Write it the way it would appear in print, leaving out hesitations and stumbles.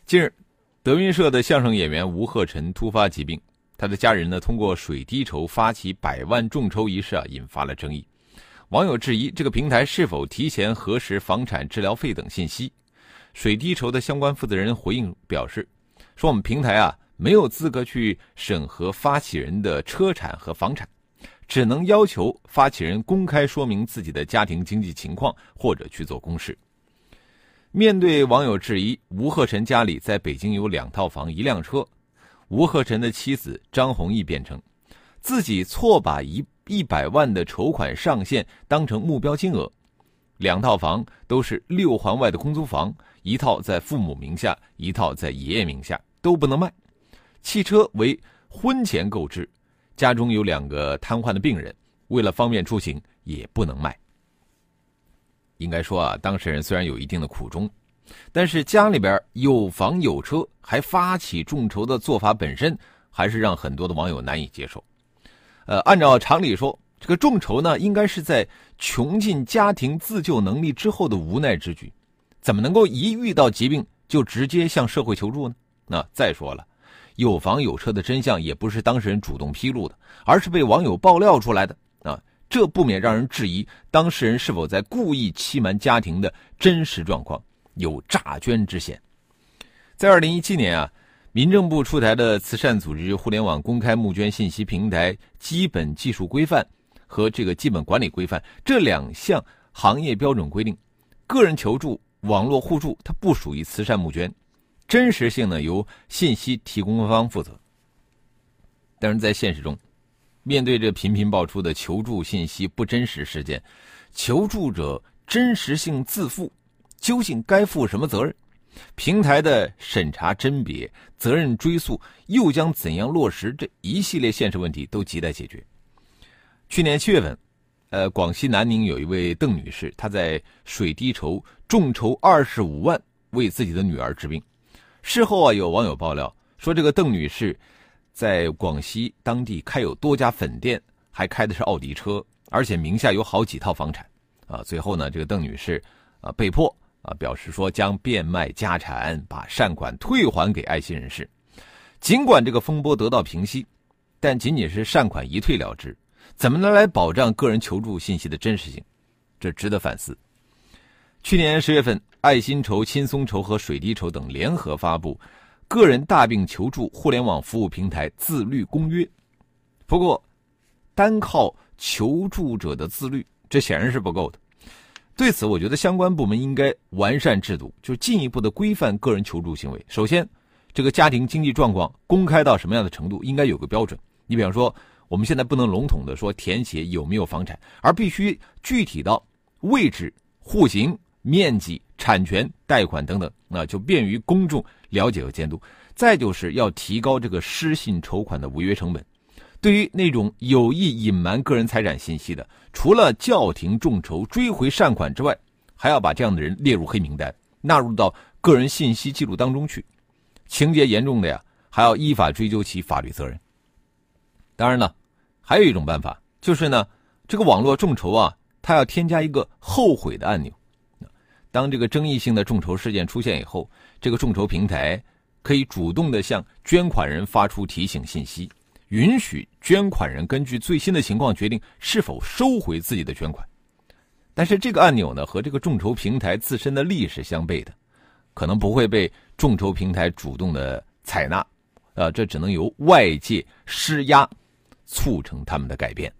近日，德云社的相声演员吴鹤臣突发疾病，他的家人呢通过水滴筹发起100万众筹一事引发了争议。网友质疑这个平台是否提前核实房产、治疗费等信息。水滴筹的相关负责人回应表示，说我们平台没有资格去审核发起人的车产和房产，只能要求发起人公开说明自己的家庭经济情况或者去做公示。面对网友质疑，吴鹤臣家里在北京有2套房1辆车，吴鹤臣的妻子张弘毅辩称，自己错把100万的筹款上限当成目标金额，2套房都是6环外的空租房，1套在父母名下，1套在爷爷名下，都不能卖。汽车为婚前购置，家中有2个瘫痪的病人，为了方便出行也不能卖。应该说当事人虽然有一定的苦衷，但是家里边有房有车还发起众筹的做法本身还是让很多的网友难以接受。按照常理说，这个众筹呢应该是在穷尽家庭自救能力之后的无奈之举，怎么能够一遇到疾病就直接向社会求助呢？那再说了，有房有车的真相也不是当事人主动披露的，而是被网友爆料出来的这不免让人质疑当事人是否在故意欺瞒家庭的真实状况，有诈捐之嫌。在2017年民政部出台的慈善组织互联网公开募捐信息平台基本技术规范和这个基本管理规范这2项行业标准规定，个人求助、网络互助它不属于慈善募捐，真实性呢由信息提供方负责。但是在现实中，面对这频频爆出的求助信息不真实事件，求助者真实性自负，究竟该负什么责任？平台的审查甄别、责任追溯又将怎样落实？这一系列现实问题都亟待解决。去年7月份，广西南宁有一位邓女士，她在水滴筹众筹25万为自己的女儿治病。事后有网友爆料说，这个邓女士在广西当地开有多家粉店，还开的是奥迪车，而且名下有好几套房产。最后呢，这个邓女士被迫表示说将变卖家产，把善款退还给爱心人士。尽管这个风波得到平息，但仅仅是善款一退了之，怎么能来保障个人求助信息的真实性？这值得反思。去年10月份，爱心筹、轻松筹和水滴筹等联合发布个人大病求助互联网服务平台自律公约。不过单靠求助者的自律，这显然是不够的。对此，我觉得相关部门应该完善制度，就是进一步的规范个人求助行为。首先，这个家庭经济状况公开到什么样的程度，应该有个标准。你比方说，我们现在不能笼统的说填写有没有房产，而必须具体到位置、户型、面积、产权、贷款等等，那就便于公众了解和监督。再就是要提高这个失信筹款的违约成本。对于那种有意隐瞒个人财产信息的，除了叫停众筹、追回善款之外，还要把这样的人列入黑名单，纳入到个人信息记录当中去。情节严重的还要依法追究其法律责任。当然了，还有一种办法，就是呢，这个网络众筹它要添加一个后悔的按钮。当这个争议性的众筹事件出现以后，这个众筹平台可以主动的向捐款人发出提醒信息，允许捐款人根据最新的情况决定是否收回自己的捐款。但是这个按钮呢，和这个众筹平台自身的利益是相悖的，可能不会被众筹平台主动的采纳，这只能由外界施压促成他们的改变。